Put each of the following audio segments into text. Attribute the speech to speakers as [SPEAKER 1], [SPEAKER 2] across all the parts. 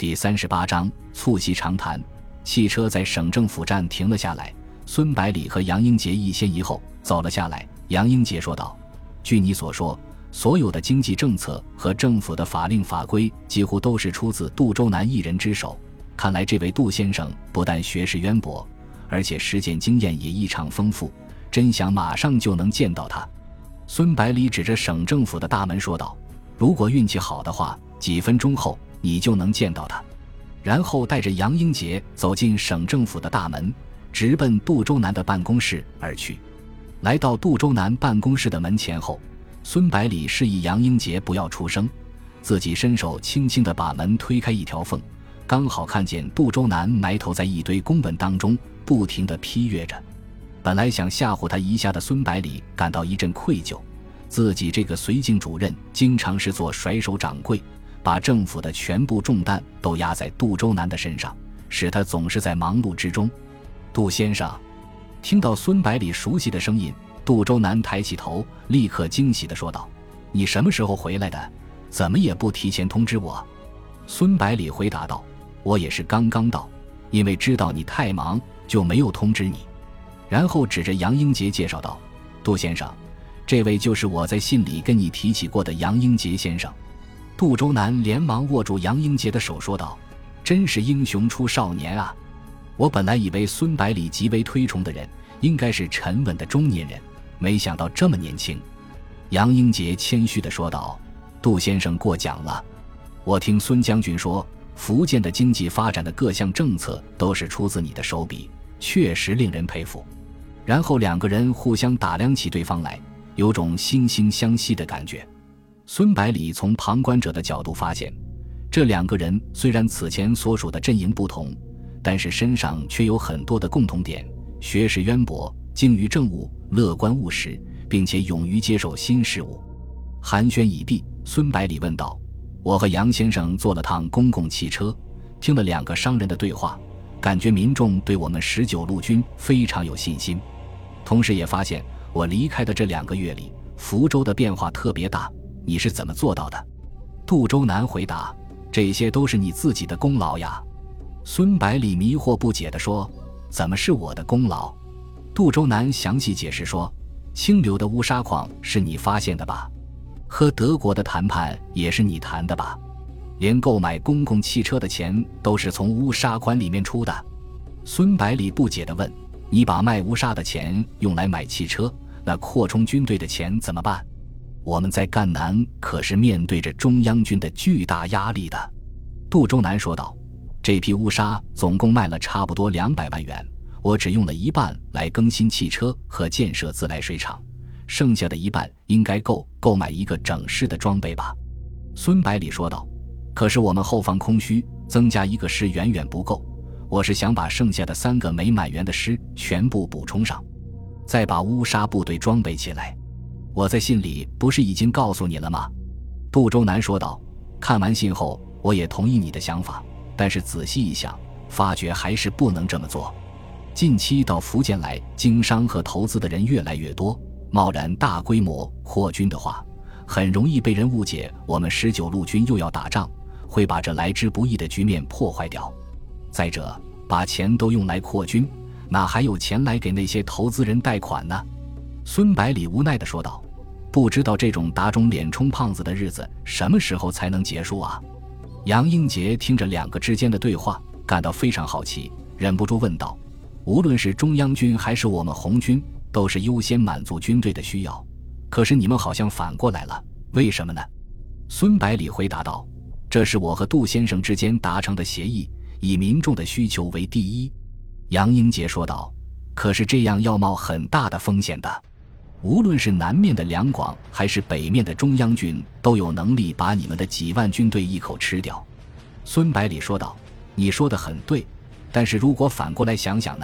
[SPEAKER 1] 第38章促膝长谈。汽车在省政府站停了下来，孙百里和杨英杰一先一后走了下来。杨英杰说道：据你所说，所有的经济政策和政府的法令法规几乎都是出自杜周南一人之手，看来这位杜先生不但学识渊博，而且实践经验也异常丰富，真想马上就能见到他。孙百里指着省政府的大门说道：如果运气好的话，几分钟后你就能见到他。然后带着杨英杰走进省政府的大门，直奔杜周南的办公室而去。来到杜周南办公室的门前后，孙百里示意杨英杰不要出声，自己伸手轻轻地把门推开一条缝，刚好看见杜周南埋头在一堆公文当中不停地批阅着。本来想吓唬他一下的孙百里感到一阵愧疚，自己这个绥靖主任经常是做甩手掌柜，把政府的全部重担都压在杜周南的身上，使他总是在忙碌之中。杜先生，听到孙百里熟悉的声音，杜周南抬起头，立刻惊喜地说道：你什么时候回来的？怎么也不提前通知我？孙百里回答道：我也是刚刚到，因为知道你太忙，就没有通知你。然后指着杨英杰介绍道：杜先生，这位就是我在信里跟你提起过的杨英杰先生。杜周南连忙握住杨英杰的手说道：真是英雄出少年啊！我本来以为孙百里极为推崇的人应该是沉稳的中年人，没想到这么年轻。杨英杰谦虚地说道：杜先生过奖了，我听孙将军说福建的经济发展的各项政策都是出自你的手笔，确实令人佩服。然后两个人互相打量起对方来，有种惺惺相惜的感觉。孙百里从旁观者的角度发现，这两个人虽然此前所属的阵营不同，但是身上却有很多的共同点：学识渊博，精于政务，乐观务实，并且勇于接受新事物。寒暄已毕，孙百里问道：我和杨先生坐了趟公共汽车，听了两个商人的对话，感觉民众对我们19路军非常有信心，同时也发现我离开的这2个月里，福州的变化特别大，你是怎么做到的？杜周南回答：这些都是你自己的功劳呀。孙百里迷惑不解地说：怎么是我的功劳？杜周南详细解释说：清流的乌沙矿是你发现的吧？和德国的谈判也是你谈的吧？连购买公共汽车的钱都是从乌沙款里面出的。孙百里不解地问：你把卖乌沙的钱用来买汽车，那扩充军队的钱怎么办？我们在赣南可是面对着中央军的巨大压力的。杜周南说道：这批乌沙总共卖了差不多200万元，我只用了一半来更新汽车和建设自来水厂，剩下的一半应该够购买一个整师的装备吧。孙百里说道：可是我们后方空虚，增加一个师远远不够，我是想把剩下的3个没满员的师全部补充上，再把乌沙部队装备起来。我在信里不是已经告诉你了吗？杜周南说道：看完信后，我也同意你的想法，但是仔细一想，发觉还是不能这么做。近期到福建来经商和投资的人越来越多，贸然大规模扩军的话，很容易被人误解我们19路军又要打仗，会把这来之不易的局面破坏掉。再者，把钱都用来扩军，哪还有钱来给那些投资人贷款呢？孙百里无奈地说道：不知道这种打肿脸充胖子的日子什么时候才能结束啊？杨英杰听着2个之间的对话，感到非常好奇，忍不住问道：无论是中央军还是我们红军，都是优先满足军队的需要，可是你们好像反过来了，为什么呢？孙百里回答道：这是我和杜先生之间达成的协议，以民众的需求为第一。杨英杰说道：可是这样要冒很大的风险的，无论是南面的两广还是北面的中央军，都有能力把你们的几万军队一口吃掉。孙百里说道：你说得很对，但是如果反过来想想呢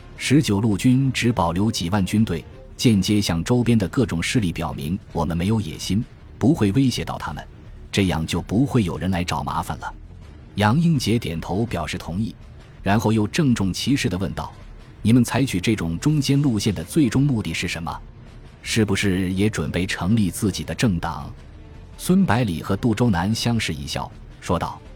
[SPEAKER 1] ？19路军只保留几万军队，间接向周边的各种势力表明我们没有野心，不会威胁到他们，这样就不会有人来找麻烦了。杨英杰点头表示同意，然后又郑重其事地问道：你们采取这种中间路线的最终目的是什么？是不是也准备成立自己的政党？孙百里和杜周南相视一笑，说道：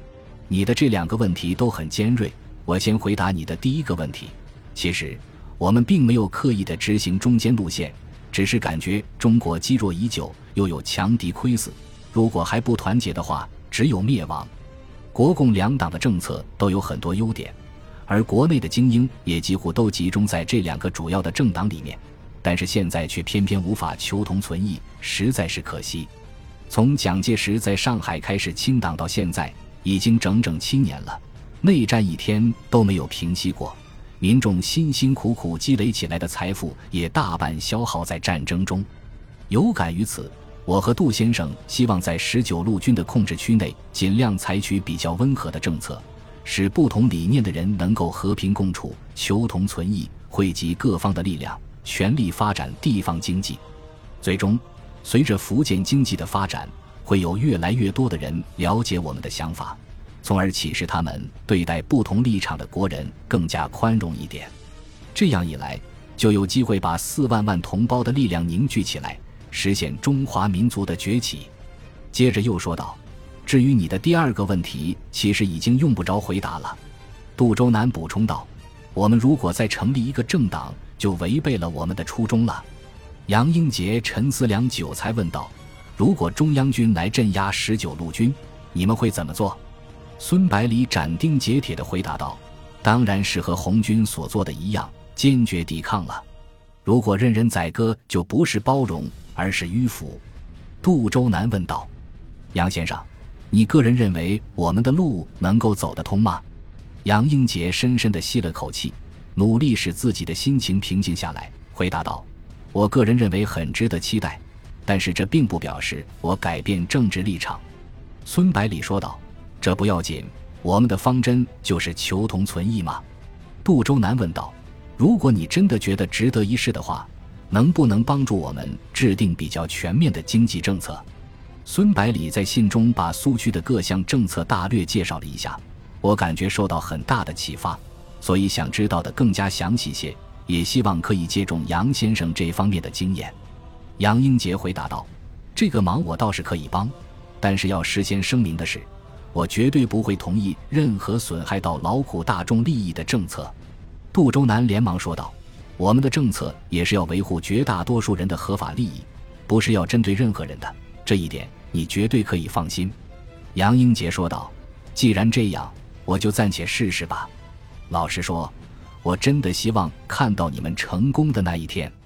[SPEAKER 1] 你的这2个问题都很尖锐，我先回答你的第一个问题。其实，我们并没有刻意地执行中间路线，只是感觉中国积弱已久，又有强敌窥伺，如果还不团结的话，只有灭亡。国共2党的政策都有很多优点，而国内的精英也几乎都集中在这2个主要的政党里面，但是现在却偏偏无法求同存异，实在是可惜。从蒋介石在上海开始清党到现在，已经整整7年了，内战一天都没有平息过，民众辛辛苦苦积累起来的财富也大半消耗在战争中。有感于此，我和杜先生希望在19路军的控制区内尽量采取比较温和的政策，使不同理念的人能够和平共处，求同存异，汇集各方的力量，全力发展地方经济。最终，随着福建经济的发展，会有越来越多的人了解我们的想法，从而启示他们对待不同立场的国人更加宽容一点。这样一来，就有机会把4万万同胞的力量凝聚起来，实现中华民族的崛起。接着又说道，至于你的第2个问题，其实已经用不着回答了。杜周南补充道，我们如果再成立一个政党，就违背了我们的初衷了。杨英杰沉思良久才问道，如果中央军来镇压19路军，你们会怎么做？孙百里斩钉截铁地回答道，当然是和红军所做的一样，坚决抵抗了。如果任人宰割，就不是包容，而是迂腐。杜周南问道，杨先生，你个人认为我们的路能够走得通吗？杨英杰深深地吸了口气，努力使自己的心情平静下来，回答道，我个人认为很值得期待，但是这并不表示我改变政治立场。孙百里说道，这不要紧，我们的方针就是求同存异嘛。杜周南问道，如果你真的觉得值得一试的话，能不能帮助我们制定比较全面的经济政策？孙百里在信中把苏区的各项政策大略介绍了一下，我感觉受到很大的启发，所以想知道的更加详细些，也希望可以借重杨先生这方面的经验。杨英杰回答道，这个忙我倒是可以帮，但是要事先声明的是，我绝对不会同意任何损害到劳苦大众利益的政策。杜周南连忙说道，我们的政策也是要维护绝大多数人的合法利益，不是要针对任何人的，这一点你绝对可以放心。杨英杰说道，既然这样，我就暂且试试吧。老实说，我真的希望看到你们成功的那一天。